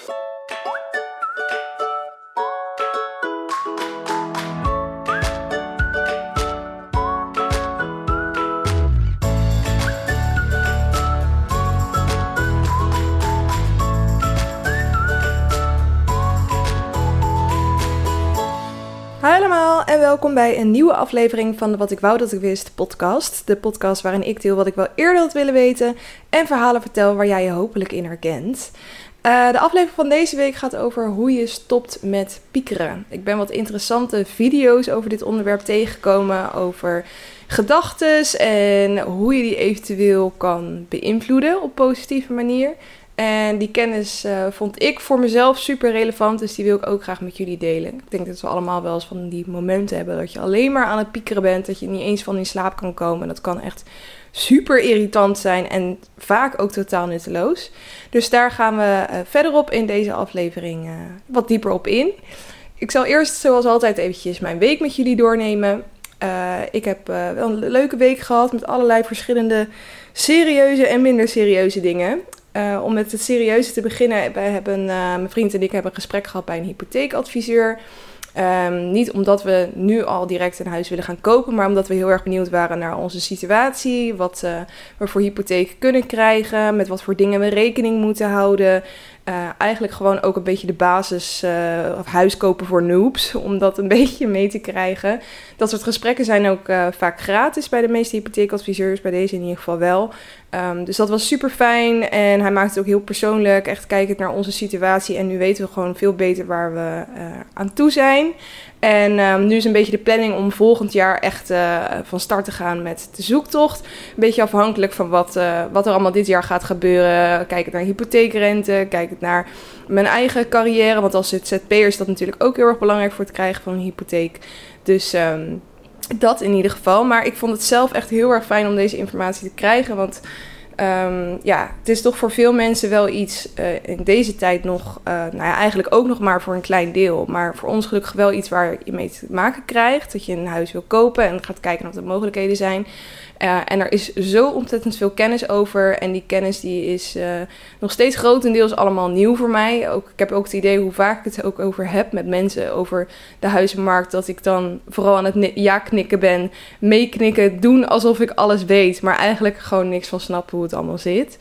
Hi allemaal en welkom bij een nieuwe aflevering van de Wat ik wou dat ik wist podcast. De podcast waarin ik deel wat ik wel eerder had willen weten en verhalen vertel waar jij je hopelijk in herkent. De aflevering van deze week gaat over hoe je stopt met piekeren. Ik ben wat interessante video's over dit onderwerp tegengekomen, over gedachtes en hoe je die eventueel kan beïnvloeden op positieve manier. En die kennis vond ik voor mezelf super relevant, dus die wil ik ook graag met jullie delen. Ik denk dat we allemaal wel eens van die momenten hebben dat je alleen maar aan het piekeren bent, dat je niet eens van in slaap kan komen. En dat kan echt super irritant zijn en vaak ook totaal nutteloos. Dus daar gaan we verderop in deze aflevering wat dieper op in. Ik zal eerst zoals altijd eventjes mijn week met jullie doornemen. Ik heb wel een leuke week gehad met allerlei verschillende serieuze en minder serieuze dingen. Om met het serieuze te beginnen, mijn vriend en ik hebben een gesprek gehad bij een hypotheekadviseur. Niet omdat we nu al direct een huis willen gaan kopen, maar omdat we heel erg benieuwd waren naar onze situatie. Wat we voor hypotheek kunnen krijgen, met wat voor dingen we rekening moeten houden. Eigenlijk gewoon ook een beetje de basis of huis kopen voor noobs, om dat een beetje mee te krijgen. Dat soort gesprekken zijn ook vaak gratis bij de meeste hypotheekadviseurs, bij deze in ieder geval wel. Dus dat was super fijn en hij maakt het ook heel persoonlijk, echt kijkend naar onze situatie. En nu weten we gewoon veel beter waar we aan toe zijn. En nu is een beetje de planning om volgend jaar echt van start te gaan met de zoektocht. Een beetje afhankelijk van wat er allemaal dit jaar gaat gebeuren. Kijkend naar hypotheekrente, kijkend naar mijn eigen carrière. Want als ZZP'er is dat natuurlijk ook heel erg belangrijk voor het krijgen van een hypotheek. Dus dat in ieder geval. Maar ik vond het zelf echt heel erg fijn om deze informatie te krijgen. Want het is toch voor veel mensen wel iets in deze tijd nog, eigenlijk ook nog maar voor een klein deel. Maar voor ons gelukkig wel iets waar je mee te maken krijgt. Dat je een huis wil kopen en gaat kijken wat de mogelijkheden zijn. En er is zo ontzettend veel kennis over. En die kennis die is nog steeds grotendeels allemaal nieuw voor mij. Ik heb ook het idee hoe vaak ik het ook over heb met mensen over de huizenmarkt. Dat ik dan vooral aan het ja-knikken ben. Meeknikken, doen alsof ik alles weet. Maar eigenlijk gewoon niks van snappen hoe het allemaal zit.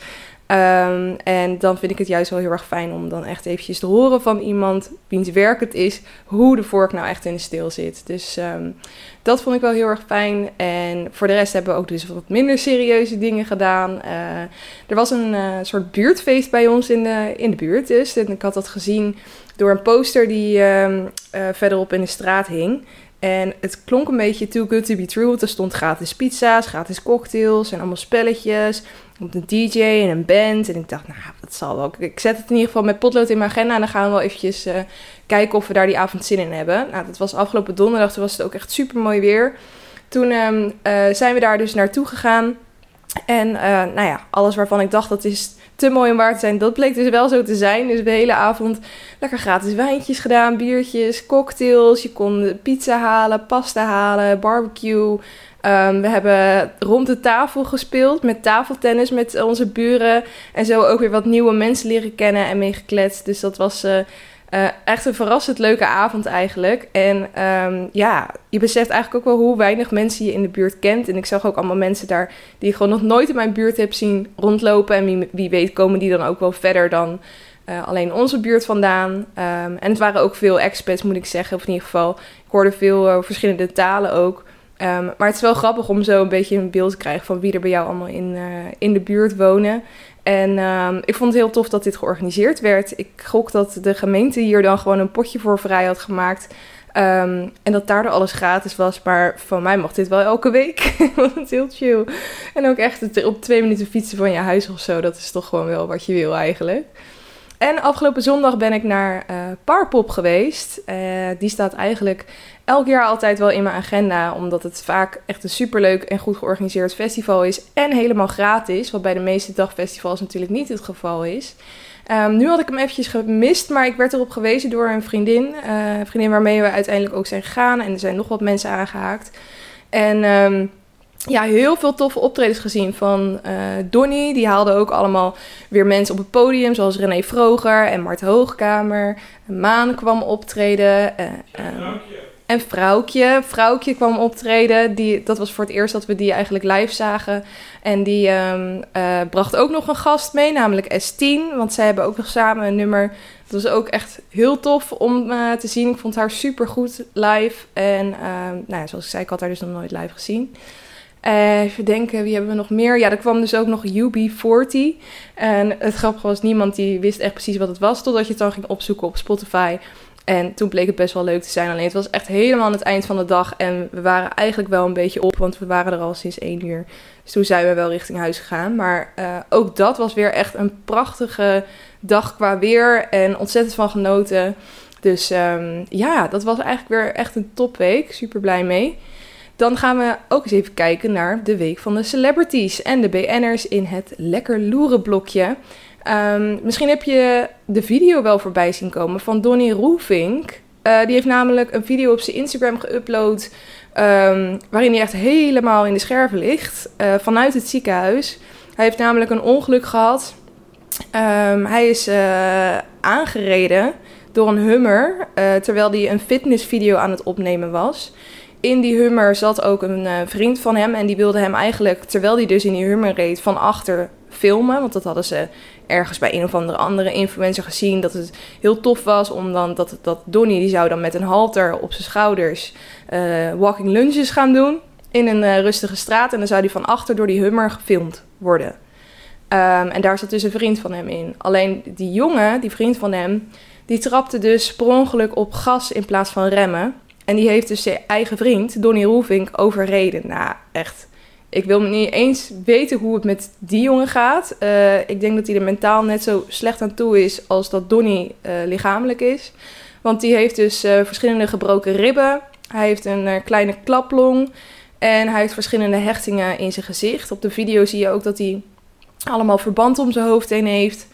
En dan vind ik het juist wel heel erg fijn om dan echt eventjes te horen van iemand wiens werk het is, hoe de vork nou echt in de steel zit. Dus dat vond ik wel heel erg fijn. En voor de rest hebben we ook dus wat minder serieuze dingen gedaan. Er was een soort buurtfeest bij ons in de buurt dus. En ik had dat gezien door een poster die verderop in de straat hing. En het klonk een beetje too good to be true, want er stond gratis pizza's, gratis cocktails en allemaal spelletjes. Op een DJ en een band. En ik dacht, dat zal wel. Ik zet het in ieder geval met potlood in mijn agenda en dan gaan we wel eventjes kijken of we daar die avond zin in hebben. Nou, dat was afgelopen donderdag, toen was het ook echt super mooi weer. Toen zijn we daar dus naartoe gegaan. En alles waarvan ik dacht dat is te mooi om waar te zijn, dat bleek dus wel zo te zijn. Dus de hele avond lekker gratis wijntjes gedaan, biertjes, cocktails. Je kon pizza halen, pasta halen, barbecue. We hebben rond de tafel gespeeld met tafeltennis met onze buren. En zo ook weer wat nieuwe mensen leren kennen en mee gekletst. Dus dat was echt een verrassend leuke avond eigenlijk. En je beseft eigenlijk ook wel hoe weinig mensen je in de buurt kent. En ik zag ook allemaal mensen daar die ik gewoon nog nooit in mijn buurt heb zien rondlopen. En wie weet komen die dan ook wel verder dan alleen onze buurt vandaan. En het waren ook veel expats, moet ik zeggen. Of in ieder geval, ik hoorde veel verschillende talen ook. Maar het is wel grappig om zo een beetje een beeld te krijgen van wie er bij jou allemaal in de buurt wonen. En ik vond het heel tof dat dit georganiseerd werd. Ik gok dat de gemeente hier dan gewoon een potje voor vrij had gemaakt. En dat daardoor alles gratis was. Maar van mij mocht dit wel elke week. Want het is heel chill. En ook echt op 2 minuten fietsen van je huis of zo. Dat is toch gewoon wel wat je wil eigenlijk. En afgelopen zondag ben ik naar Parkpop geweest. Die staat eigenlijk elk jaar altijd wel in mijn agenda. Omdat het vaak echt een superleuk en goed georganiseerd festival is. En helemaal gratis. Wat bij de meeste dagfestivals natuurlijk niet het geval is. Nu had ik hem eventjes gemist. Maar ik werd erop gewezen door een vriendin. Een vriendin waarmee we uiteindelijk ook zijn gegaan. En er zijn nog wat mensen aangehaakt. En ja, heel veel toffe optredens gezien van Donnie. Die haalde ook allemaal weer mensen op het podium, zoals René Vroger en Mart Hoogkamer. Maan kwam optreden. En Vrouwtje. Vrouwtje kwam optreden. Dat was voor het eerst dat we die eigenlijk live zagen. En die bracht ook nog een gast mee, namelijk S10. Want zij hebben ook nog samen een nummer. Dat was ook echt heel tof om te zien. Ik vond haar super goed live. En nou ja, zoals ik zei, ik had haar dus nog nooit live gezien. Even denken, wie hebben we nog meer? Ja, er kwam dus ook nog UB40. En het grappige was, niemand die wist echt precies wat het was, totdat je het dan ging opzoeken op Spotify. En toen bleek het best wel leuk te zijn. Alleen het was echt helemaal aan het eind van de dag. En we waren eigenlijk wel een beetje op, want we waren er al sinds 1 uur. Dus toen zijn we wel richting huis gegaan. Maar ook dat was weer echt een prachtige dag qua weer. En ontzettend van genoten. Dus ja, dat was eigenlijk weer echt een topweek. Super blij mee. Dan gaan we ook eens even kijken naar de week van de celebrities en de BN'ers in het Lekker Loeren blokje. Misschien heb je de video wel voorbij zien komen van Donnie Roelvink. Die heeft namelijk een video op zijn Instagram geüpload waarin hij echt helemaal in de scherven ligt vanuit het ziekenhuis. Hij heeft namelijk een ongeluk gehad. Hij is aangereden door een Hummer terwijl hij een fitnessvideo aan het opnemen was. In die Hummer zat ook een vriend van hem en die wilde hem eigenlijk, terwijl hij dus in die Hummer reed, van achter filmen. Want dat hadden ze ergens bij een of andere influencer gezien, dat het heel tof was om dan, dat Donnie, die zou dan met een halter op zijn schouders walking lunges gaan doen in een rustige straat. En dan zou hij van achter door die Hummer gefilmd worden. En daar zat dus een vriend van hem in. Alleen die jongen, die vriend van hem, die trapte dus per ongeluk op gas in plaats van remmen. En die heeft dus zijn eigen vriend, Donnie Roelvink, overreden. Nou, echt. Ik wil niet eens weten hoe het met die jongen gaat. Ik denk dat hij er mentaal net zo slecht aan toe is als dat Donnie lichamelijk is. Want die heeft dus verschillende gebroken ribben. Hij heeft een kleine klaplong. En hij heeft verschillende hechtingen in zijn gezicht. Op de video zie je ook dat hij allemaal verband om zijn hoofd heen heeft.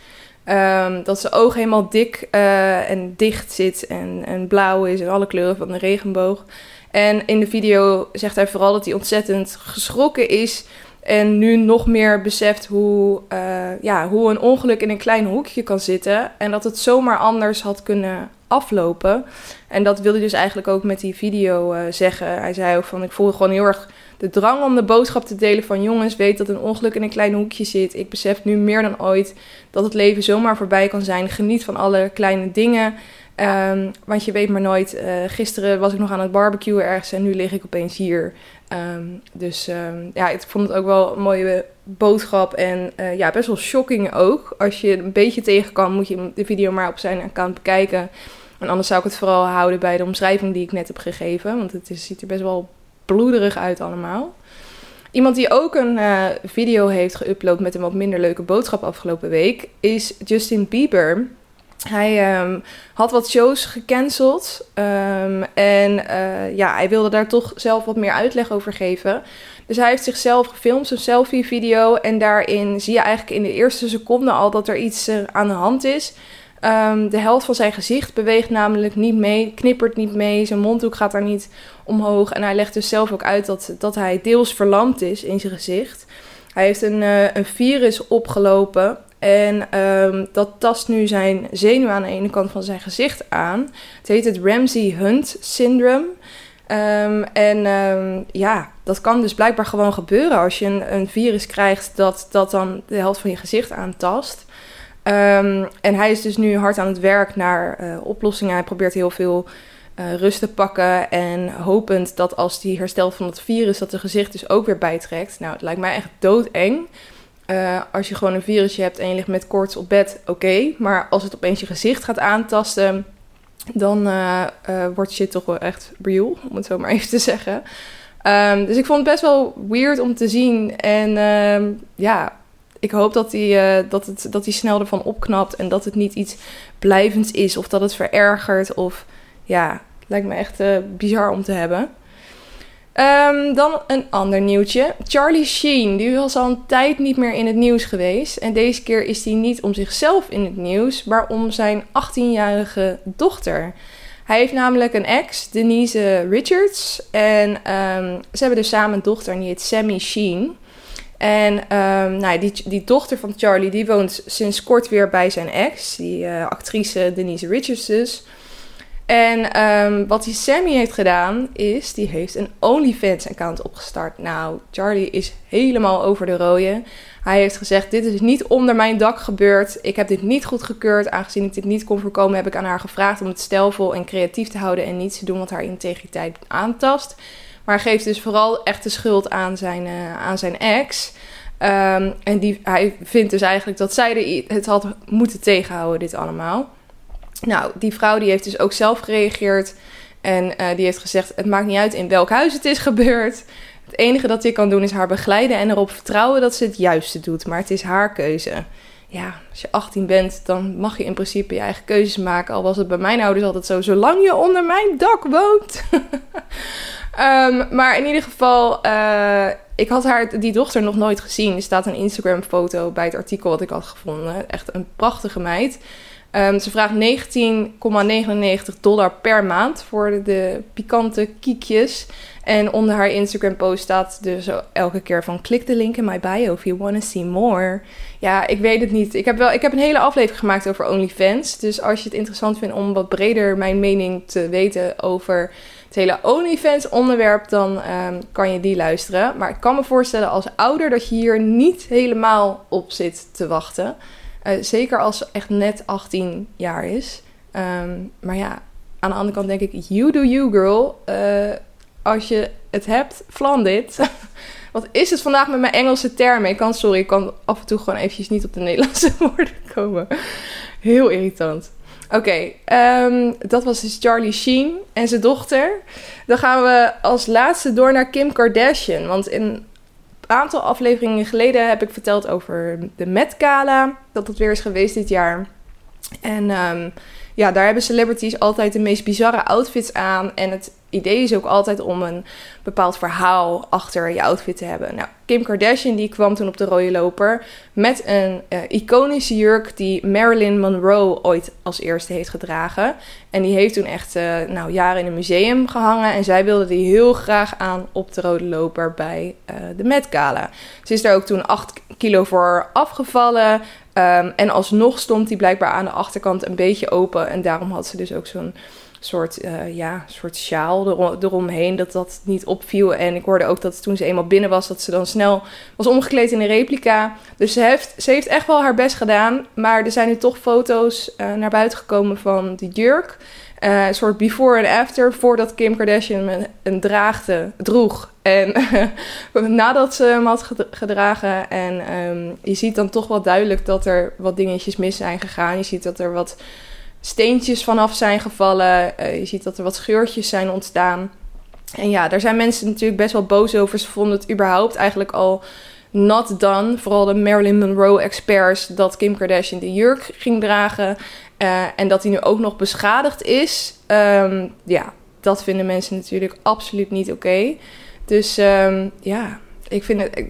Dat zijn oog helemaal dik en dicht zit en blauw is en alle kleuren van de regenboog. En in de video zegt hij vooral dat hij ontzettend geschrokken is en nu nog meer beseft hoe een ongeluk in een klein hoekje kan zitten en dat het zomaar anders had kunnen aflopen. En dat wilde hij dus eigenlijk ook met die video zeggen. Hij zei ook van, ik voel gewoon heel erg de drang om de boodschap te delen van jongens, weet dat een ongeluk in een klein hoekje zit. Ik besef nu meer dan ooit dat het leven zomaar voorbij kan zijn. Geniet van alle kleine dingen. Want je weet maar nooit. Gisteren was ik nog aan het barbecuen ergens en nu lig ik opeens hier. Ik vond het ook wel een mooie boodschap. En best wel shocking ook. Als je een beetje tegen kan, moet je de video maar op zijn account bekijken. En anders zou ik het vooral houden bij de omschrijving die ik net heb gegeven. Want ziet er best wel bloederig uit allemaal. Iemand die ook een video heeft geüpload met een wat minder leuke boodschap afgelopen week is Justin Bieber. Hij had wat shows gecanceld hij wilde daar toch zelf wat meer uitleg over geven. Dus hij heeft zichzelf gefilmd, een selfie-video. En daarin zie je eigenlijk in de eerste seconde al dat er iets aan de hand is. De helft van zijn gezicht beweegt namelijk niet mee, knippert niet mee. Zijn mondhoek gaat daar niet omhoog. En hij legt dus zelf ook uit dat hij deels verlamd is in zijn gezicht. Hij heeft een virus opgelopen. En dat tast nu zijn zenuw aan de ene kant van zijn gezicht aan. Het heet het Ramsay-Hunt syndroom. Dat kan dus blijkbaar gewoon gebeuren als je een virus krijgt dat dan de helft van je gezicht aantast. En hij is dus nu hard aan het werk naar oplossingen. Hij probeert heel veel rust te pakken en hopend dat als hij herstelt van het virus, dat het gezicht dus ook weer bijtrekt. Nou, het lijkt mij echt doodeng. Als je gewoon een virusje hebt en je ligt met koorts op bed, oké. Maar als het opeens je gezicht gaat aantasten, dan wordt shit toch wel echt real, om het zo maar even te zeggen. Dus ik vond het best wel weird om te zien. En ik hoop dat hij snel ervan opknapt en dat het niet iets blijvends is of dat het verergert. Of ja, het lijkt me echt bizar om te hebben. Dan een ander nieuwtje. Charlie Sheen, die was al een tijd niet meer in het nieuws geweest. En deze keer is hij niet om zichzelf in het nieuws, maar om zijn 18-jarige dochter. Hij heeft namelijk een ex, Denise Richards. En ze hebben dus samen een dochter en die heet Sammy Sheen. En die dochter van Charlie, die woont sinds kort weer bij zijn ex. Die actrice Denise Richards dus. En wat die Sammy heeft gedaan is, die heeft een OnlyFans-account opgestart. Nou, Charlie is helemaal over de rode. Hij heeft gezegd, dit is niet onder mijn dak gebeurd. Ik heb dit niet goedgekeurd. Aangezien ik dit niet kon voorkomen, heb ik aan haar gevraagd om het stijlvol en creatief te houden en niets te doen wat haar integriteit aantast. Maar hij geeft dus vooral echt de schuld aan zijn ex. En hij vindt dus eigenlijk dat zij het had moeten tegenhouden, dit allemaal. Nou, die vrouw die heeft dus ook zelf gereageerd. En die heeft gezegd, het maakt niet uit in welk huis het is gebeurd. Het enige dat ik kan doen is haar begeleiden en erop vertrouwen dat ze het juiste doet. Maar het is haar keuze. Ja, als je 18 bent, dan mag je in principe je eigen keuzes maken. Al was het bij mijn ouders altijd zo, zolang je onder mijn dak woont. Maar in ieder geval, ik had die dochter nog nooit gezien. Er staat een Instagram foto bij het artikel wat ik had gevonden. Echt een prachtige meid. Ze vraagt $19,99 per maand voor de pikante kiekjes. En onder haar Instagram post staat dus elke keer van, klik de link in my bio if you want to see more. Ja, ik weet het niet. Ik heb een hele aflevering gemaakt over OnlyFans. Dus als je het interessant vindt om wat breder mijn mening te weten over het hele OnlyFans onderwerp, dan kan je die luisteren. Maar ik kan me voorstellen als ouder dat je hier niet helemaal op zit te wachten. Zeker als ze echt net 18 jaar is. Maar ja, aan de andere kant denk ik, you do you girl. Als je het hebt, vlam dit. Wat is het vandaag met mijn Engelse termen? Ik kan af en toe gewoon eventjes niet op de Nederlandse woorden komen. Heel irritant. Oké, dat was dus Charlie Sheen en zijn dochter. Dan gaan we als laatste door naar Kim Kardashian. Want in een aantal afleveringen geleden heb ik verteld over de Met Gala. Dat het weer is geweest dit jaar. En daar hebben celebrities altijd de meest bizarre outfits aan. En het idee is ook altijd om een bepaald verhaal achter je outfit te hebben. Nou, Kim Kardashian die kwam toen op de rode loper met een iconische jurk die Marilyn Monroe ooit als eerste heeft gedragen. En die heeft toen echt jaren in een museum gehangen. En zij wilde die heel graag aan op de rode loper bij de Met Gala. Ze is daar ook toen 8 kilo voor afgevallen. En alsnog stond die blijkbaar aan de achterkant een beetje open. En daarom had ze dus ook zo'n soort sjaal eromheen, dat niet opviel. En ik hoorde ook dat toen ze eenmaal binnen was, dat ze dan snel was omgekleed in een replica. Dus ze heeft echt wel haar best gedaan. Maar er zijn nu toch foto's naar buiten gekomen van de jurk. Een soort before en after, voordat Kim Kardashian een droeg. En nadat ze hem had gedragen. En je ziet dan toch wel duidelijk dat er wat dingetjes mis zijn gegaan. Je ziet dat er wat steentjes vanaf zijn gevallen. Je ziet dat er wat scheurtjes zijn ontstaan. En ja, daar zijn mensen natuurlijk best wel boos over. Ze vonden het überhaupt eigenlijk al not done. Vooral de Marilyn Monroe experts, dat Kim Kardashian de jurk ging dragen. En dat die nu ook nog beschadigd is. Dat vinden mensen natuurlijk absoluut niet oké. Dus ik vind het...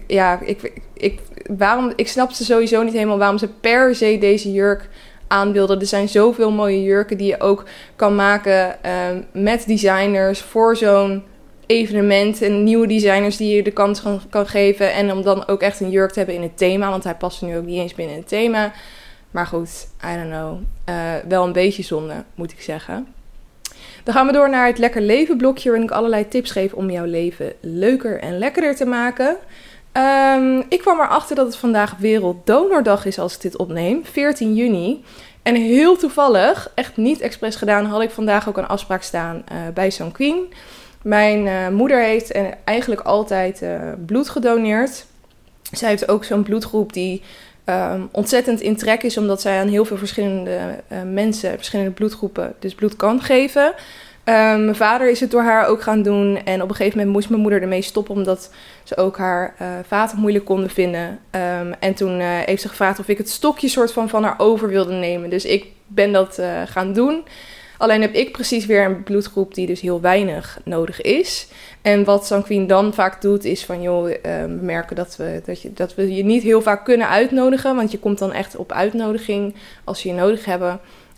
ik snap ze sowieso niet helemaal waarom ze per se deze jurk aanbeelden. Er zijn zoveel mooie jurken die je ook kan maken met designers voor zo'n evenement. En nieuwe designers die je de kans kan geven. En om dan ook echt een jurk te hebben in het thema. Want hij past nu ook niet eens binnen het thema. Maar goed, I don't know. Wel een beetje zonde, moet ik zeggen. Dan gaan we door naar het Lekker Leven blokje, waarin ik allerlei tips geef om jouw leven leuker en lekkerder te maken. Ik kwam erachter dat het vandaag Werelddonordag is als ik dit opneem, 14 juni. En heel toevallig, echt niet expres gedaan, had ik vandaag ook een afspraak staan bij Sanquin. Mijn moeder heeft eigenlijk altijd bloed gedoneerd. Zij heeft ook zo'n bloedgroep die ontzettend in trek is, omdat zij aan heel veel verschillende mensen, verschillende bloedgroepen, dus bloed kan geven. Mijn vader is het door haar ook gaan doen. En op een gegeven moment moest mijn moeder ermee stoppen, omdat ze ook haar vaten moeilijk konden vinden. En toen heeft ze gevraagd of ik het stokje soort van haar over wilde nemen. Dus ik ben dat gaan doen. Alleen heb ik precies weer een bloedgroep die dus heel weinig nodig is. En wat Sanquin dan vaak doet is van, we merken dat we je niet heel vaak kunnen uitnodigen. Want je komt dan echt op uitnodiging als ze je nodig hebben.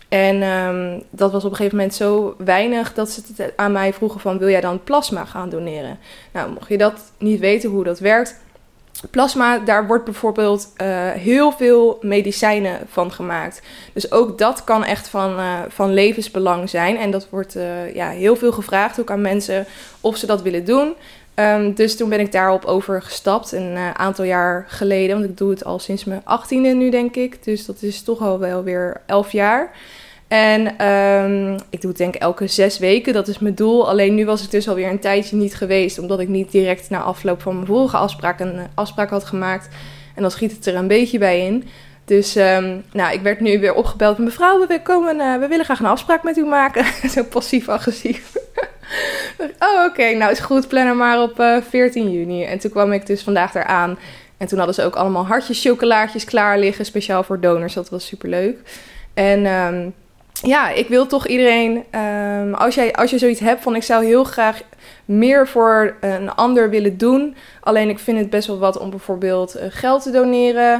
En dat was op een gegeven moment zo weinig dat ze het aan mij vroegen van, wil jij dan plasma gaan doneren? Nou, mocht je dat niet weten hoe dat werkt. Plasma, daar wordt bijvoorbeeld heel veel medicijnen van gemaakt. Dus ook dat kan echt van levensbelang zijn. En dat wordt heel veel gevraagd ook aan mensen of ze dat willen doen. Dus toen ben ik daarop overgestapt een aantal jaar geleden. Want ik doe het al sinds mijn 18e nu, denk ik. Dus dat is toch al wel weer 11 jaar. En ik doe het denk ik elke 6 weken, dat is mijn doel. Alleen nu was ik dus alweer een tijdje niet geweest, omdat ik niet direct na afloop van mijn vorige afspraak een afspraak had gemaakt. En dan schiet het er een beetje bij in. Dus ik werd nu weer opgebeld. Mevrouw, we willen graag een afspraak met u maken. Zo passief-agressief. Oké, nou is goed, plan er maar op 14 juni. En toen kwam ik dus vandaag eraan. En toen hadden ze ook allemaal hartjes chocolaatjes klaar liggen, speciaal voor donors. Dat was superleuk. En ik wil toch iedereen, als je zoiets hebt van ik zou heel graag meer voor een ander willen doen. Alleen ik vind het best wel wat om bijvoorbeeld geld te doneren.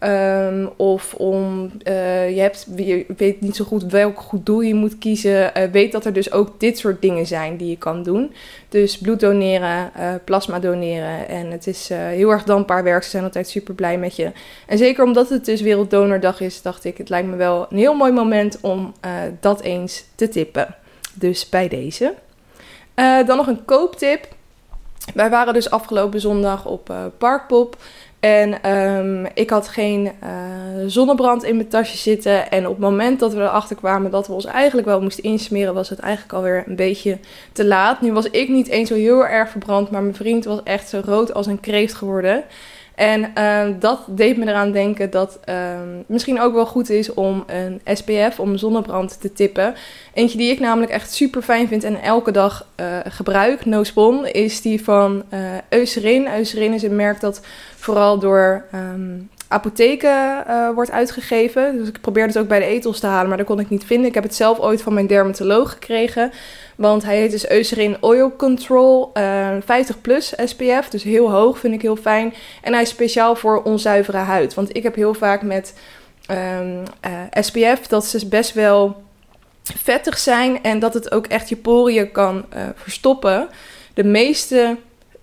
Of om, je weet niet zo goed welk goed doel je moet kiezen. Weet dat er dus ook dit soort dingen zijn die je kan doen. Dus bloed doneren, plasma doneren. En het is heel erg dankbaar werk. Ze zijn altijd super blij met je. En zeker omdat het dus Werelddonordag is, dacht ik, het lijkt me wel een heel mooi moment om dat eens te tippen. Dus bij deze. Dan nog een kooptip. Wij waren dus afgelopen zondag op Parkpop. En ik had geen zonnebrand in mijn tasje zitten. En op het moment dat we erachter kwamen dat we ons eigenlijk wel moesten insmeren, was het eigenlijk alweer een beetje te laat. Nu was ik niet eens zo heel erg verbrand, maar mijn vriend was echt zo rood als een kreeft geworden. En dat deed me eraan denken dat misschien ook wel goed is om een SPF, om een zonnebrand te tippen. Eentje die ik namelijk echt super fijn vind en elke dag gebruik, no spon, is die van Eucerin. Eucerin is een merk dat vooral door apotheken wordt uitgegeven. Dus ik probeerde het ook bij de etels te halen, maar dat kon ik niet vinden. Ik heb het zelf ooit van mijn dermatoloog gekregen. Want hij heet dus Eucerin Oil Control 50 plus SPF. Dus heel hoog, vind ik heel fijn. En hij is speciaal voor onzuivere huid. Want ik heb heel vaak met SPF dat ze best wel vettig zijn. En dat het ook echt je poriën kan verstoppen. De meeste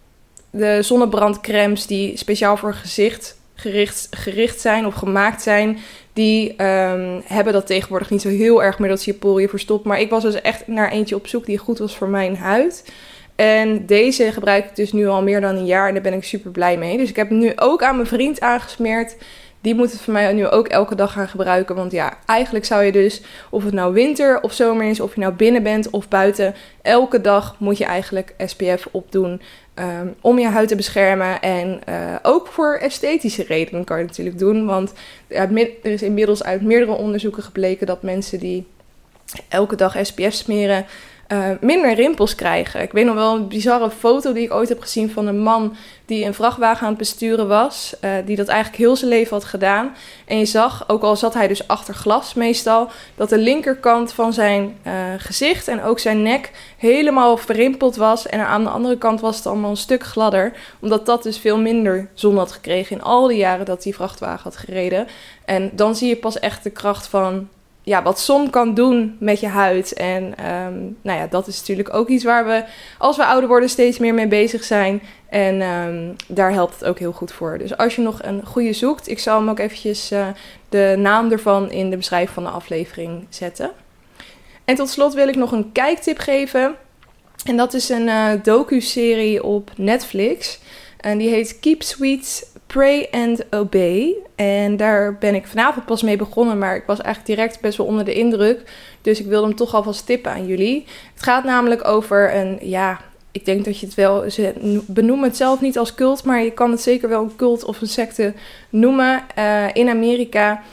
zonnebrandcremes die speciaal voor gezicht gericht zijn of gemaakt zijn, die hebben dat tegenwoordig niet zo heel erg meer dat ze je poriën verstopt. Maar ik was dus echt naar eentje op zoek die goed was voor mijn huid. En deze gebruik ik dus nu al meer dan een jaar en daar ben ik super blij mee. Dus ik heb hem nu ook aan mijn vriend aangesmeerd. Die moet het voor mij nu ook elke dag gaan gebruiken. Want ja, eigenlijk zou je dus, of het nou winter of zomer is, of je nou binnen bent of buiten, elke dag moet je eigenlijk SPF opdoen om je huid te beschermen. En ook voor esthetische redenen kan je het natuurlijk doen. Want er is inmiddels uit meerdere onderzoeken gebleken dat mensen die elke dag SPF smeren minder rimpels krijgen. Ik weet nog wel een bizarre foto die ik ooit heb gezien van een man die een vrachtwagen aan het besturen was. Die dat eigenlijk heel zijn leven had gedaan. En je zag, ook al zat hij dus achter glas meestal, dat de linkerkant van zijn gezicht en ook zijn nek helemaal verrimpeld was. En aan de andere kant was het allemaal een stuk gladder. Omdat dat dus veel minder zon had gekregen in al die jaren dat die vrachtwagen had gereden. En dan zie je pas echt de kracht van wat zon kan doen met je huid. En dat is natuurlijk ook iets waar we, als we ouder worden, steeds meer mee bezig zijn. En daar helpt het ook heel goed voor. Dus als je nog een goede zoekt, ik zal hem ook eventjes de naam ervan in de beschrijving van de aflevering zetten. En tot slot wil ik nog een kijktip geven. En dat is een docu-serie op Netflix. En die heet Keep Sweet, Pray and Obey. En daar ben ik vanavond pas mee begonnen, maar ik was eigenlijk direct best wel onder de indruk. Dus ik wilde hem toch alvast tippen aan jullie. Het gaat namelijk over ik denk dat je het wel, ze benoemen het zelf niet als cult, maar je kan het zeker wel een cult of een secte noemen in Amerika.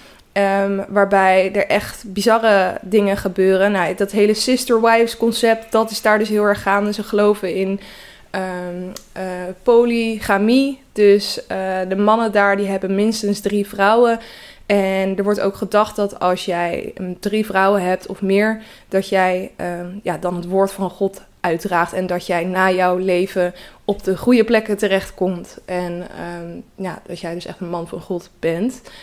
Waarbij er echt bizarre dingen gebeuren. Nou, dat hele sister wives concept, dat is daar dus heel erg gaande. Ze geloven in polygamie. Dus de mannen daar die hebben minstens 3 vrouwen. En er wordt ook gedacht dat als jij 3 vrouwen hebt of meer, dat jij dan het woord van God uitdraagt. En dat jij na jouw leven op de goede plekken terechtkomt. En dat jij dus echt een man van God bent.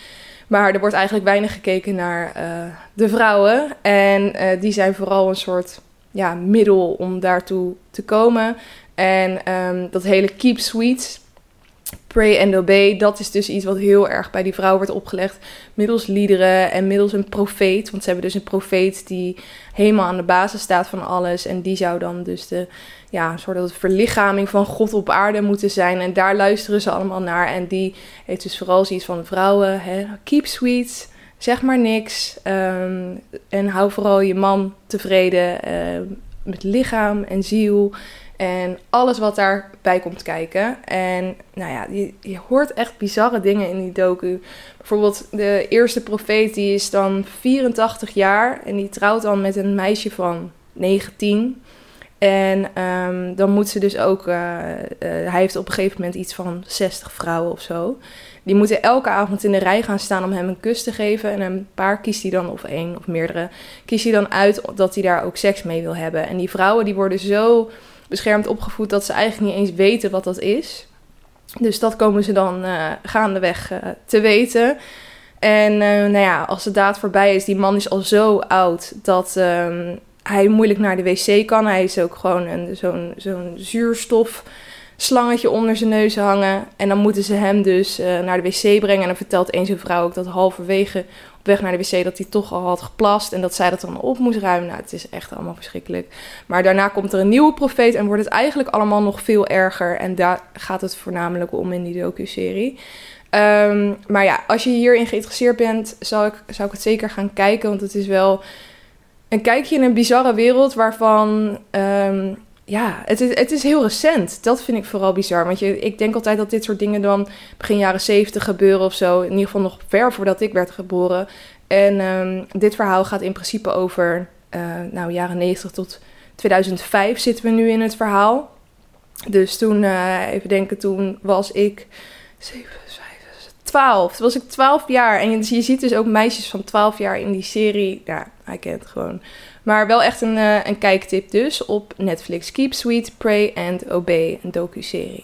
Maar er wordt eigenlijk weinig gekeken naar de vrouwen. En die zijn vooral een soort middel om daartoe te komen. En dat hele keep sweet, pray and obey, dat is dus iets wat heel erg bij die vrouw wordt opgelegd. Middels liederen en middels een profeet. Want ze hebben dus een profeet die helemaal aan de basis staat van alles. En die zou dan dus de soort verlichaming van God op aarde moeten zijn. En daar luisteren ze allemaal naar. En die heeft dus vooral zoiets van vrouwen, keep sweet, zeg maar niks. En hou vooral je man tevreden met lichaam en ziel. En alles wat daarbij komt kijken. En je hoort echt bizarre dingen in die docu. Bijvoorbeeld de eerste profeet, die is dan 84 jaar. En die trouwt dan met een meisje van 19. En dan moet ze dus ook... hij heeft op een gegeven moment iets van 60 vrouwen of zo. Die moeten elke avond in de rij gaan staan om hem een kus te geven. En een paar kiest hij dan, of één of meerdere, kiest hij dan uit dat hij daar ook seks mee wil hebben. En die vrouwen die worden zo beschermd opgevoed dat ze eigenlijk niet eens weten wat dat is. Dus dat komen ze dan gaandeweg te weten. En als de daad voorbij is, die man is al zo oud dat hij moeilijk naar de wc kan. Hij is ook gewoon zo'n zuurstofslangetje onder zijn neus hangen. En dan moeten ze hem dus naar de wc brengen. En dan vertelt een zo'n vrouw ook dat halverwege op weg naar de wc dat hij toch al had geplast. En dat zij dat dan op moest ruimen. Nou, het is echt allemaal verschrikkelijk. Maar daarna komt er een nieuwe profeet en wordt het eigenlijk allemaal nog veel erger. En daar gaat het voornamelijk om in die docuserie. Maar als je hierin geïnteresseerd bent, zou ik het zeker gaan kijken. Want het is wel een kijkje in een bizarre wereld waarvan... het is heel recent. Dat vind ik vooral bizar. Want ik denk altijd dat dit soort dingen dan begin jaren 70 gebeuren of zo. In ieder geval nog ver voordat ik werd geboren. En dit verhaal gaat in principe over jaren 90 tot 2005 zitten we nu in het verhaal. Dus toen, even denken, toen was ik 12. Toen was ik 12 jaar. En je ziet dus ook meisjes van 12 jaar in die serie. Ja, hij kent het gewoon. Maar wel echt een kijktip dus op Netflix. Keep Sweet, Pray and Obey, een docuserie.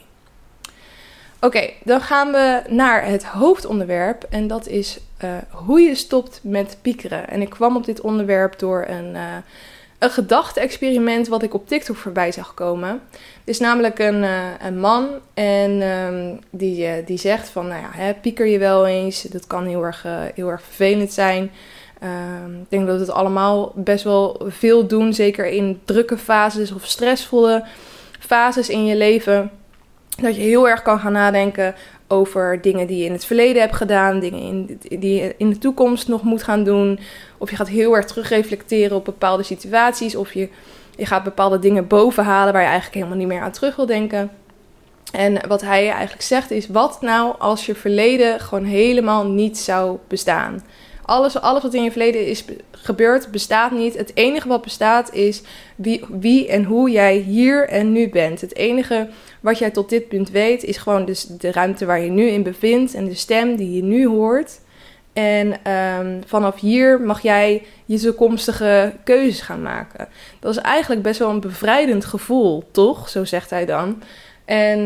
Oké, dan gaan we naar het hoofdonderwerp. En dat is hoe je stopt met piekeren. En ik kwam op dit onderwerp door een gedachte-experiment wat ik op TikTok voorbij zag komen. Het is namelijk een man en die zegt van, pieker je wel eens. Dat kan heel erg vervelend zijn. Ik denk dat we het allemaal best wel veel doen, zeker in drukke fases of stressvolle fases in je leven. Dat je heel erg kan gaan nadenken over dingen die je in het verleden hebt gedaan, dingen die je in de toekomst nog moet gaan doen. Of je gaat heel erg terugreflecteren op bepaalde situaties, of je gaat bepaalde dingen bovenhalen waar je eigenlijk helemaal niet meer aan terug wil denken. En wat hij eigenlijk zegt is, wat nou als je verleden gewoon helemaal niet zou bestaan? Alles wat in je verleden is gebeurd, bestaat niet. Het enige wat bestaat is wie en hoe jij hier en nu bent. Het enige wat jij tot dit punt weet is gewoon dus de ruimte waar je nu in bevindt en de stem die je nu hoort. En vanaf hier mag jij je toekomstige keuzes gaan maken. Dat is eigenlijk best wel een bevrijdend gevoel, toch? Zo zegt hij dan. En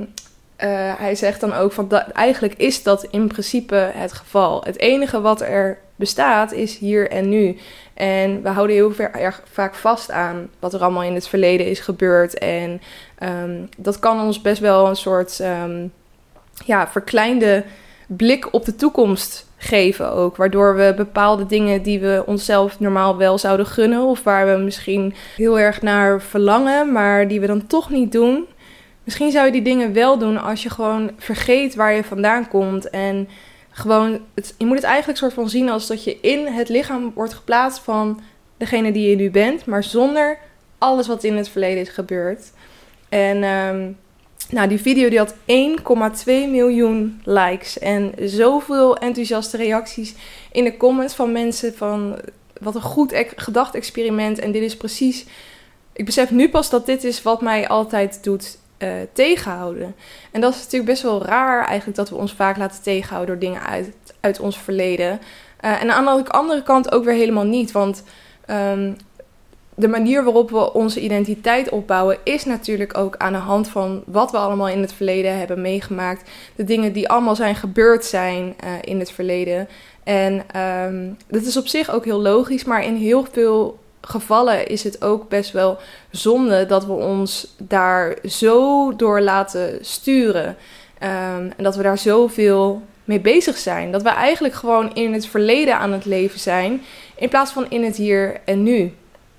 hij zegt dan ook van eigenlijk is dat in principe het geval. Het enige wat er bestaat is hier en nu. En we houden heel erg vaak vast aan wat er allemaal in het verleden is gebeurd. En dat kan ons best wel een soort verkleinde blik op de toekomst geven ook. Waardoor we bepaalde dingen die we onszelf normaal wel zouden gunnen, of waar we misschien heel erg naar verlangen, maar die we dan toch niet doen. Misschien zou je die dingen wel doen als je gewoon vergeet waar je vandaan komt. En gewoon, je moet het eigenlijk soort van zien als dat je in het lichaam wordt geplaatst van degene die je nu bent, maar zonder alles wat in het verleden is gebeurd. En die video die had 1,2 miljoen likes en zoveel enthousiaste reacties in de comments van mensen van wat een goed gedachte-experiment. En dit is precies, ik besef nu pas dat dit is wat mij altijd doet tegenhouden. En dat is natuurlijk best wel raar eigenlijk dat we ons vaak laten tegenhouden door dingen uit ons verleden. En aan de andere kant ook weer helemaal niet, want de manier waarop we onze identiteit opbouwen is natuurlijk ook aan de hand van wat we allemaal in het verleden hebben meegemaakt. De dingen die allemaal zijn gebeurd zijn in het verleden. En dat is op zich ook heel logisch, maar in heel veel gevallen is het ook best wel zonde dat we ons daar zo door laten sturen. En dat we daar zoveel mee bezig zijn. Dat we eigenlijk gewoon in het verleden aan het leven zijn, in plaats van in het hier en nu.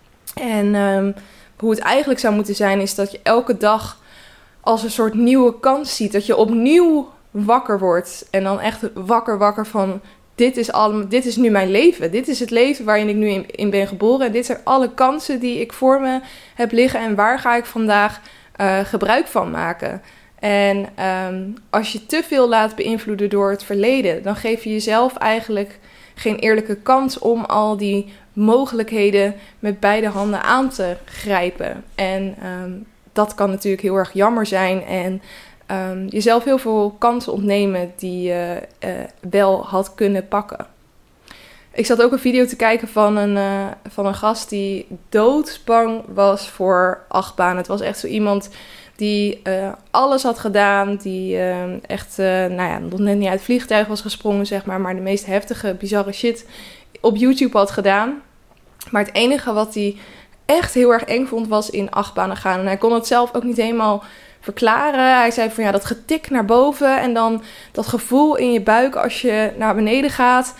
En hoe het eigenlijk zou moeten zijn, is dat je elke dag als een soort nieuwe kans ziet. Dat je opnieuw wakker wordt. En dan echt wakker van, dit is nu mijn leven. Dit is het leven waarin ik nu in ben geboren. En dit zijn alle kansen die ik voor me heb liggen. En waar ga ik vandaag gebruik van maken? En als je te veel laat beïnvloeden door het verleden, dan geef je jezelf eigenlijk geen eerlijke kans om al die mogelijkheden met beide handen aan te grijpen. En dat kan natuurlijk heel erg jammer zijn en jezelf heel veel kansen ontnemen die je wel had kunnen pakken. Ik zat ook een video te kijken van een gast die doodsbang was voor achtbanen. Het was echt zo iemand die alles had gedaan, die echt nog net niet uit het vliegtuig was gesprongen, zeg maar de meest heftige, bizarre shit op YouTube had gedaan. Maar het enige wat hij echt heel erg eng vond, was in achtbanen gaan. En hij kon het zelf ook niet helemaal verklaren. Hij zei van dat getik naar boven en dan dat gevoel in je buik als je naar beneden gaat.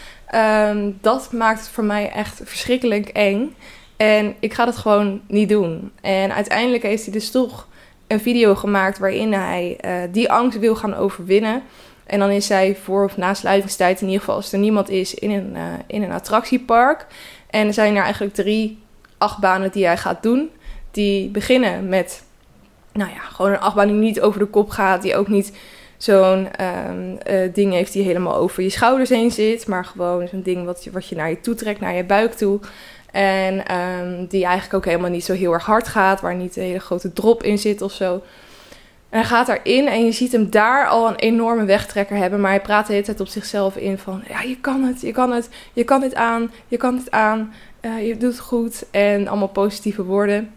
Dat maakt het voor mij echt verschrikkelijk eng. En ik ga dat gewoon niet doen. En uiteindelijk heeft hij dus toch een video gemaakt waarin hij die angst wil gaan overwinnen. En dan is hij voor of na sluitingstijd, in ieder geval als er niemand is, in een attractiepark. En er zijn er eigenlijk 3 achtbanen die hij gaat doen. Die beginnen met gewoon een achtbaan die niet over de kop gaat. Die ook niet zo'n ding heeft die helemaal over je schouders heen zit. Maar gewoon zo'n ding wat je naar je toe trekt, naar je buik toe. En die eigenlijk ook helemaal niet zo heel erg hard gaat. Waar niet een hele grote drop in zit of zo. En hij gaat daarin en je ziet hem daar al een enorme wegtrekker hebben. Maar hij praat de hele tijd op zichzelf in van, je kan het, je kan dit aan, je doet het goed. En allemaal positieve woorden.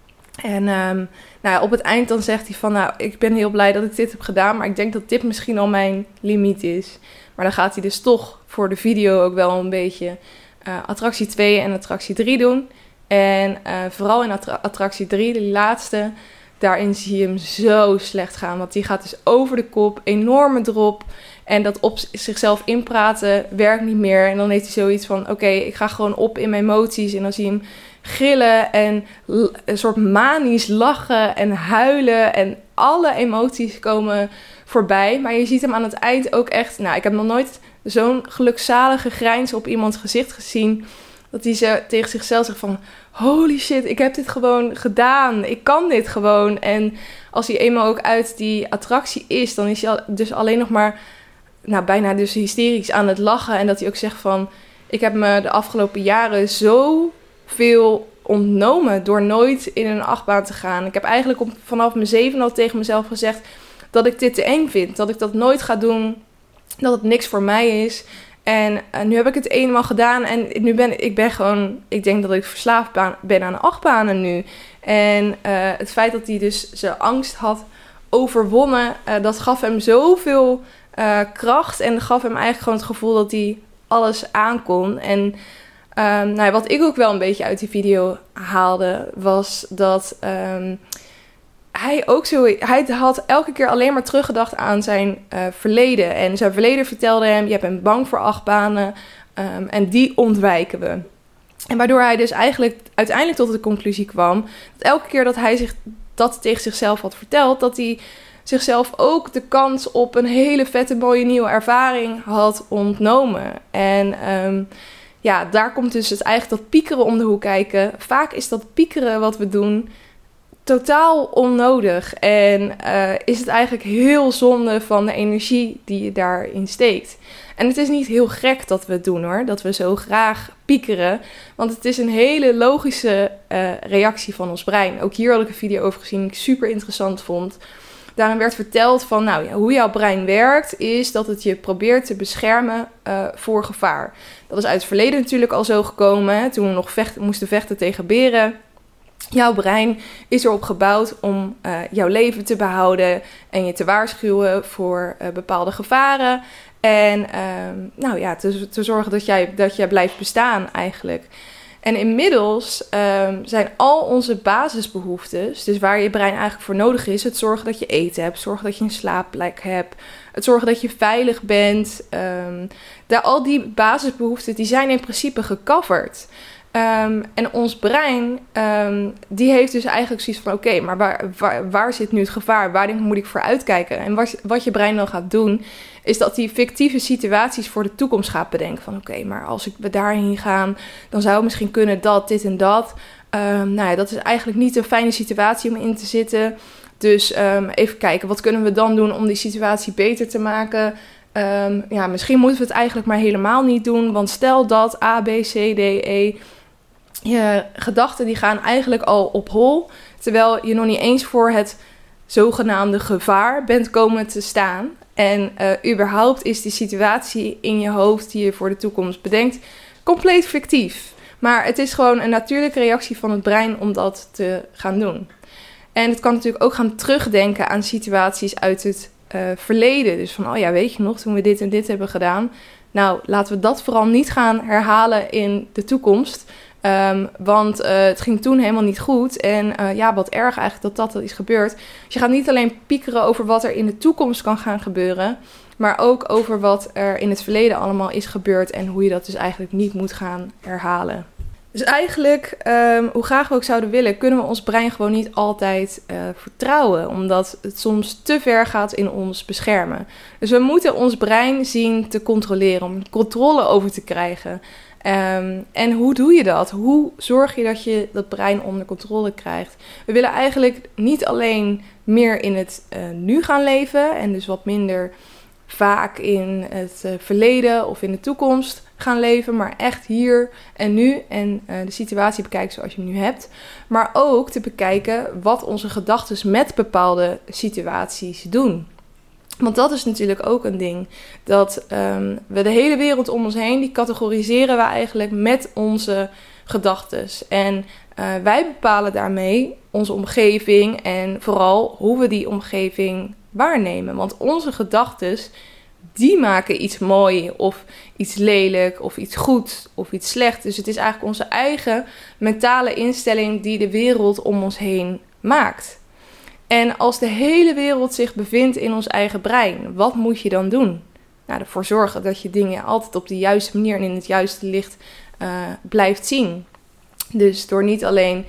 En op het eind dan zegt hij van, ik ben heel blij dat ik dit heb gedaan. Maar ik denk dat dit misschien al mijn limiet is. Maar dan gaat hij dus toch voor de video ook wel een beetje attractie 2 en attractie 3 doen. En vooral in attractie 3, de laatste, daarin zie je hem zo slecht gaan. Want die gaat dus over de kop, enorme drop. En dat op zichzelf inpraten werkt niet meer. En dan heeft hij zoiets van, oké, ik ga gewoon op in mijn emoties. En dan zie je hem gillen en een soort manisch lachen en huilen. En alle emoties komen voorbij. Maar je ziet hem aan het eind ook echt, ik heb nog nooit zo'n gelukzalige grijns op iemands gezicht gezien. Dat hij tegen zichzelf zegt van, holy shit, ik heb dit gewoon gedaan. Ik kan dit gewoon. En als hij eenmaal ook uit die attractie is, dan is hij dus alleen nog maar bijna dus hysterisch aan het lachen. En dat hij ook zegt van, ik heb me de afgelopen jaren zoveel ontnomen door nooit in een achtbaan te gaan. Ik heb eigenlijk vanaf mijn 7 al tegen mezelf gezegd dat ik dit te eng vind. Dat ik dat nooit ga doen. Dat het niks voor mij is. En nu heb ik het eenmaal gedaan en nu ik denk dat ik verslaafd ben aan achtbanen nu. En het feit dat hij dus zijn angst had overwonnen, dat gaf hem zoveel kracht. En gaf hem eigenlijk gewoon het gevoel dat hij alles aankon. En wat ik ook wel een beetje uit die video haalde, was dat hij had elke keer alleen maar teruggedacht aan zijn verleden. En zijn verleden vertelde hem, je bent bang voor achtbanen en die ontwijken we. En waardoor hij dus eigenlijk uiteindelijk tot de conclusie kwam dat elke keer dat hij zich dat tegen zichzelf had verteld, dat hij zichzelf ook de kans op een hele vette, mooie nieuwe ervaring had ontnomen. En daar komt dus eigenlijk dat piekeren om de hoek kijken. Vaak is dat piekeren wat we doen totaal onnodig. En is het eigenlijk heel zonde van de energie die je daarin steekt. En het is niet heel gek dat we het doen hoor. Dat we zo graag piekeren. Want het is een hele logische reactie van ons brein. Ook hier had ik een video over gezien die ik super interessant vond. Daarin werd verteld van hoe jouw brein werkt, is dat het je probeert te beschermen voor gevaar. Dat is uit het verleden natuurlijk al zo gekomen. Hè, toen we nog moesten vechten tegen beren. Jouw brein is erop gebouwd om jouw leven te behouden en je te waarschuwen voor bepaalde gevaren. En te zorgen dat jij blijft bestaan eigenlijk. En inmiddels zijn al onze basisbehoeftes, dus waar je brein eigenlijk voor nodig is, het zorgen dat je eten hebt, zorgen dat je een slaapplek hebt, het zorgen dat je veilig bent. Al die basisbehoeften die zijn in principe gecoverd. En ons brein, die heeft dus eigenlijk zoiets van, oké, maar waar zit nu het gevaar? Waar moet ik voor uitkijken? En wat je brein dan gaat doen, is dat die fictieve situaties voor de toekomst gaat bedenken. Van oké, maar als we daarheen gaan, dan zou het misschien kunnen dat, dit en dat. Dat is eigenlijk niet een fijne situatie om in te zitten. Dus even kijken, wat kunnen we dan doen om die situatie beter te maken? Misschien moeten we het eigenlijk maar helemaal niet doen. Want stel dat A, B, C, D, E... Je gedachten die gaan eigenlijk al op hol, terwijl je nog niet eens voor het zogenaamde gevaar bent komen te staan. En überhaupt is die situatie in je hoofd die je voor de toekomst bedenkt compleet fictief. Maar het is gewoon een natuurlijke reactie van het brein om dat te gaan doen. En het kan natuurlijk ook gaan terugdenken aan situaties uit het verleden. Dus van, weet je nog, toen we dit en dit hebben gedaan. Nou, laten we dat vooral niet gaan herhalen in de toekomst. Want het ging toen helemaal niet goed. En wat erg eigenlijk dat is gebeurd. Dus je gaat niet alleen piekeren over wat er in de toekomst kan gaan gebeuren, maar ook over wat er in het verleden allemaal is gebeurd en hoe je dat dus eigenlijk niet moet gaan herhalen. Dus eigenlijk, hoe graag we ook zouden willen, kunnen we ons brein gewoon niet altijd vertrouwen. Omdat het soms te ver gaat in ons beschermen. Dus we moeten ons brein zien te controleren, om controle over te krijgen. En hoe doe je dat? Hoe zorg je dat je dat brein onder controle krijgt? We willen eigenlijk niet alleen meer in het nu gaan leven en dus wat minder vaak in het verleden of in de toekomst gaan leven, maar echt hier en nu en de situatie bekijken zoals je hem nu hebt. Maar ook te bekijken wat onze gedachten met bepaalde situaties doen. Want dat is natuurlijk ook een ding. Dat we de hele wereld om ons heen, die categoriseren we eigenlijk met onze gedachten. En wij bepalen daarmee onze omgeving en vooral hoe we die omgeving waarnemen. Want onze gedachten, die maken iets mooi of iets lelijk of iets goed of iets slecht. Dus het is eigenlijk onze eigen mentale instelling die de wereld om ons heen maakt. En als de hele wereld zich bevindt in ons eigen brein, wat moet je dan doen? Nou, ervoor zorgen dat je dingen altijd op de juiste manier en in het juiste licht blijft zien. Dus door niet alleen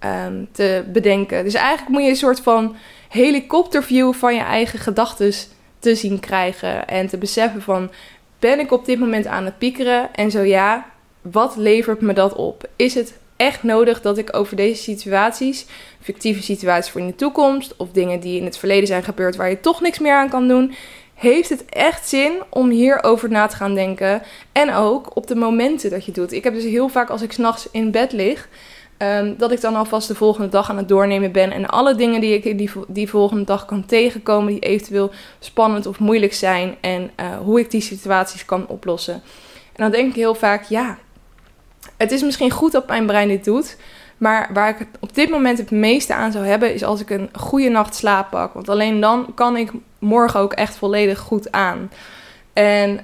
te bedenken. Dus eigenlijk moet je een soort van helikopterview van je eigen gedachten te zien krijgen. En te beseffen van, ben ik op dit moment aan het piekeren? En zo ja, wat levert me dat op? Is het echt nodig dat ik over deze situaties, fictieve situaties voor in de toekomst of dingen die in het verleden zijn gebeurd waar je toch niks meer aan kan doen, heeft het echt zin om hierover na te gaan denken en ook op de momenten dat je het doet. Ik heb dus heel vaak als ik 's nachts in bed lig, dat ik dan alvast de volgende dag aan het doornemen ben en alle dingen die ik die volgende dag kan tegenkomen die eventueel spannend of moeilijk zijn en hoe ik die situaties kan oplossen. En dan denk ik heel vaak, het is misschien goed dat mijn brein dit doet, maar waar ik het op dit moment het meeste aan zou hebben, is als ik een goede nacht slaap pak. Want alleen dan kan ik morgen ook echt volledig goed aan. En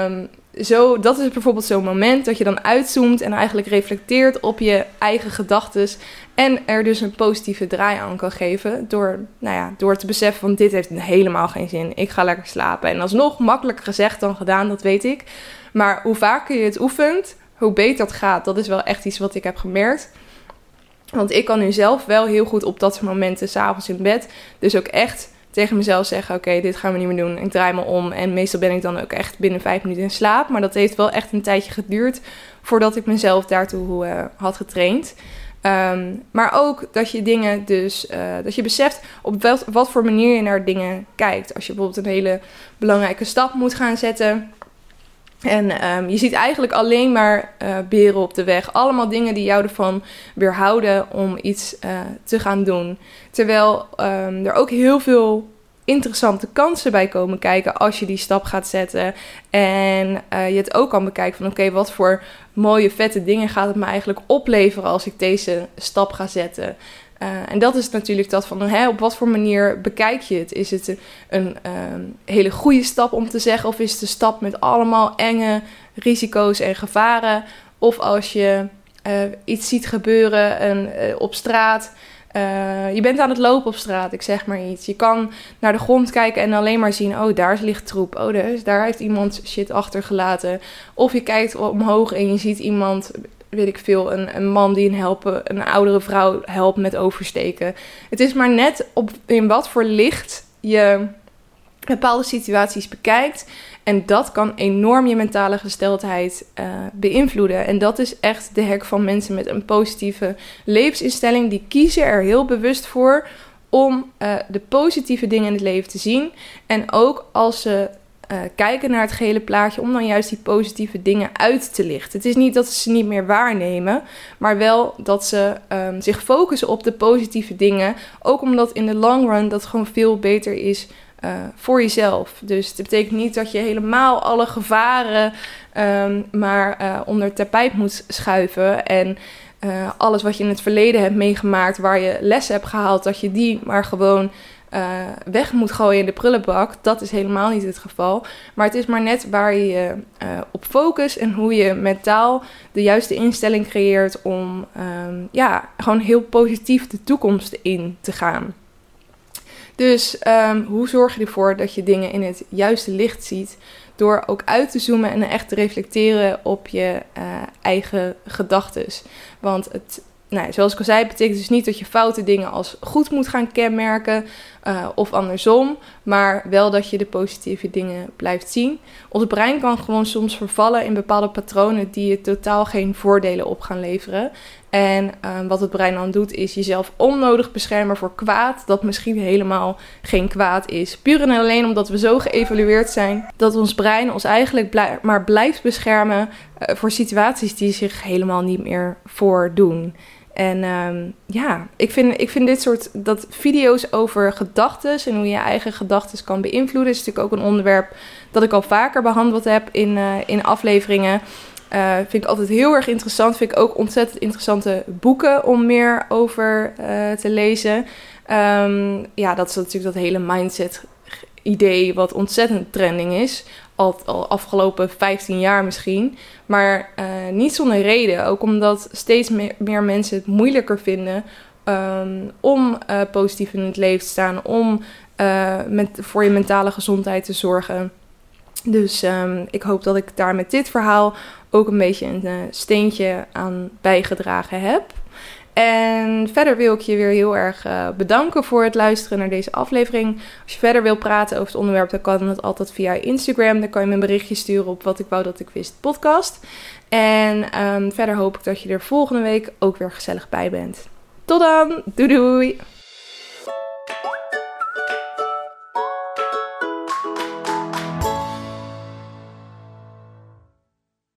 dat is bijvoorbeeld zo'n moment dat je dan uitzoomt en eigenlijk reflecteert op je eigen gedachten en er dus een positieve draai aan kan geven door te beseffen van dit heeft helemaal geen zin. Ik ga lekker slapen. En alsnog makkelijker gezegd dan gedaan, dat weet ik. Maar hoe vaker je het oefent, hoe beter het gaat. Dat is wel echt iets wat ik heb gemerkt. Want ik kan nu zelf wel heel goed op dat soort momenten 's avonds in bed. Dus ook echt tegen mezelf zeggen, oké, dit gaan we niet meer doen. Ik draai me om. En meestal ben ik dan ook echt binnen 5 minuten in slaap. Maar dat heeft wel echt een tijdje geduurd voordat ik mezelf daartoe had getraind. Maar ook dat je dingen dus, dat je beseft op wat voor manier je naar dingen kijkt. Als je bijvoorbeeld een hele belangrijke stap moet gaan zetten. En je ziet eigenlijk alleen maar beren op de weg. Allemaal dingen die jou ervan weerhouden om iets te gaan doen. Terwijl er ook heel veel interessante kansen bij komen kijken als je die stap gaat zetten. En je het ook kan bekijken van oké, wat voor mooie, vette dingen gaat het me eigenlijk opleveren als ik deze stap ga zetten. En dat is natuurlijk dat van op wat voor manier bekijk je het? Is het een hele goede stap om te zeggen? Of is het een stap met allemaal enge risico's en gevaren? Of als je iets ziet gebeuren op straat. Je bent aan het lopen op straat, ik zeg maar iets. Je kan naar de grond kijken en alleen maar zien, oh, daar ligt troep. Oh, daar heeft iemand shit achtergelaten. Of je kijkt omhoog en je ziet iemand, weet ik veel, een man die een oudere vrouw helpt met oversteken. Het is maar net in wat voor licht je bepaalde situaties bekijkt. En dat kan enorm je mentale gesteldheid beïnvloeden. En dat is echt de hack van mensen met een positieve levensinstelling. Die kiezen er heel bewust voor om de positieve dingen in het leven te zien. En ook als ze kijken naar het gehele plaatje, om dan juist die positieve dingen uit te lichten. Het is niet dat ze niet meer waarnemen, maar wel dat ze zich focussen op de positieve dingen. Ook omdat in de long run dat gewoon veel beter is voor jezelf. Dus het betekent niet dat je helemaal alle gevaren maar onder het tapijt moet schuiven. En alles wat je in het verleden hebt meegemaakt, waar je lessen hebt gehaald, dat je die maar gewoon weg moet gooien in de prullenbak. Dat is helemaal niet het geval. Maar het is maar net waar je op focust en hoe je mentaal de juiste instelling creëert om gewoon heel positief de toekomst in te gaan. Dus hoe zorg je ervoor dat je dingen in het juiste licht ziet? Door ook uit te zoomen en echt te reflecteren op je eigen gedachtes. Want zoals ik al zei, betekent dus niet dat je foute dingen als goed moet gaan kenmerken of andersom. Maar wel dat je de positieve dingen blijft zien. Ons brein kan gewoon soms vervallen in bepaalde patronen die je totaal geen voordelen op gaan leveren. En wat het brein dan doet, is jezelf onnodig beschermen voor kwaad dat misschien helemaal geen kwaad is. Puur en alleen omdat we zo geëvalueerd zijn dat ons brein ons eigenlijk maar blijft beschermen voor situaties die zich helemaal niet meer voordoen. En ik vind dit soort video's over gedachtes en hoe je je eigen gedachtes kan beïnvloeden, is natuurlijk ook een onderwerp dat ik al vaker behandeld heb in afleveringen. Vind ik altijd heel erg interessant. Vind ik ook ontzettend interessante boeken om meer over te lezen. Dat is natuurlijk dat hele mindset idee wat ontzettend trending is. Al afgelopen 15 jaar misschien. Maar niet zonder reden. Ook omdat steeds meer mensen het moeilijker vinden om positief in het leven te staan. Om voor je mentale gezondheid te zorgen. Dus ik hoop dat ik daar met dit verhaal ook een beetje een steentje aan bijgedragen heb. En verder wil ik je weer heel erg bedanken voor het luisteren naar deze aflevering. Als je verder wil praten over het onderwerp, dan kan dat altijd via Instagram. Dan kan je me een berichtje sturen op Wat ik wou dat ik wist podcast. En verder hoop ik dat je er volgende week ook weer gezellig bij bent. Tot dan! Doei doei!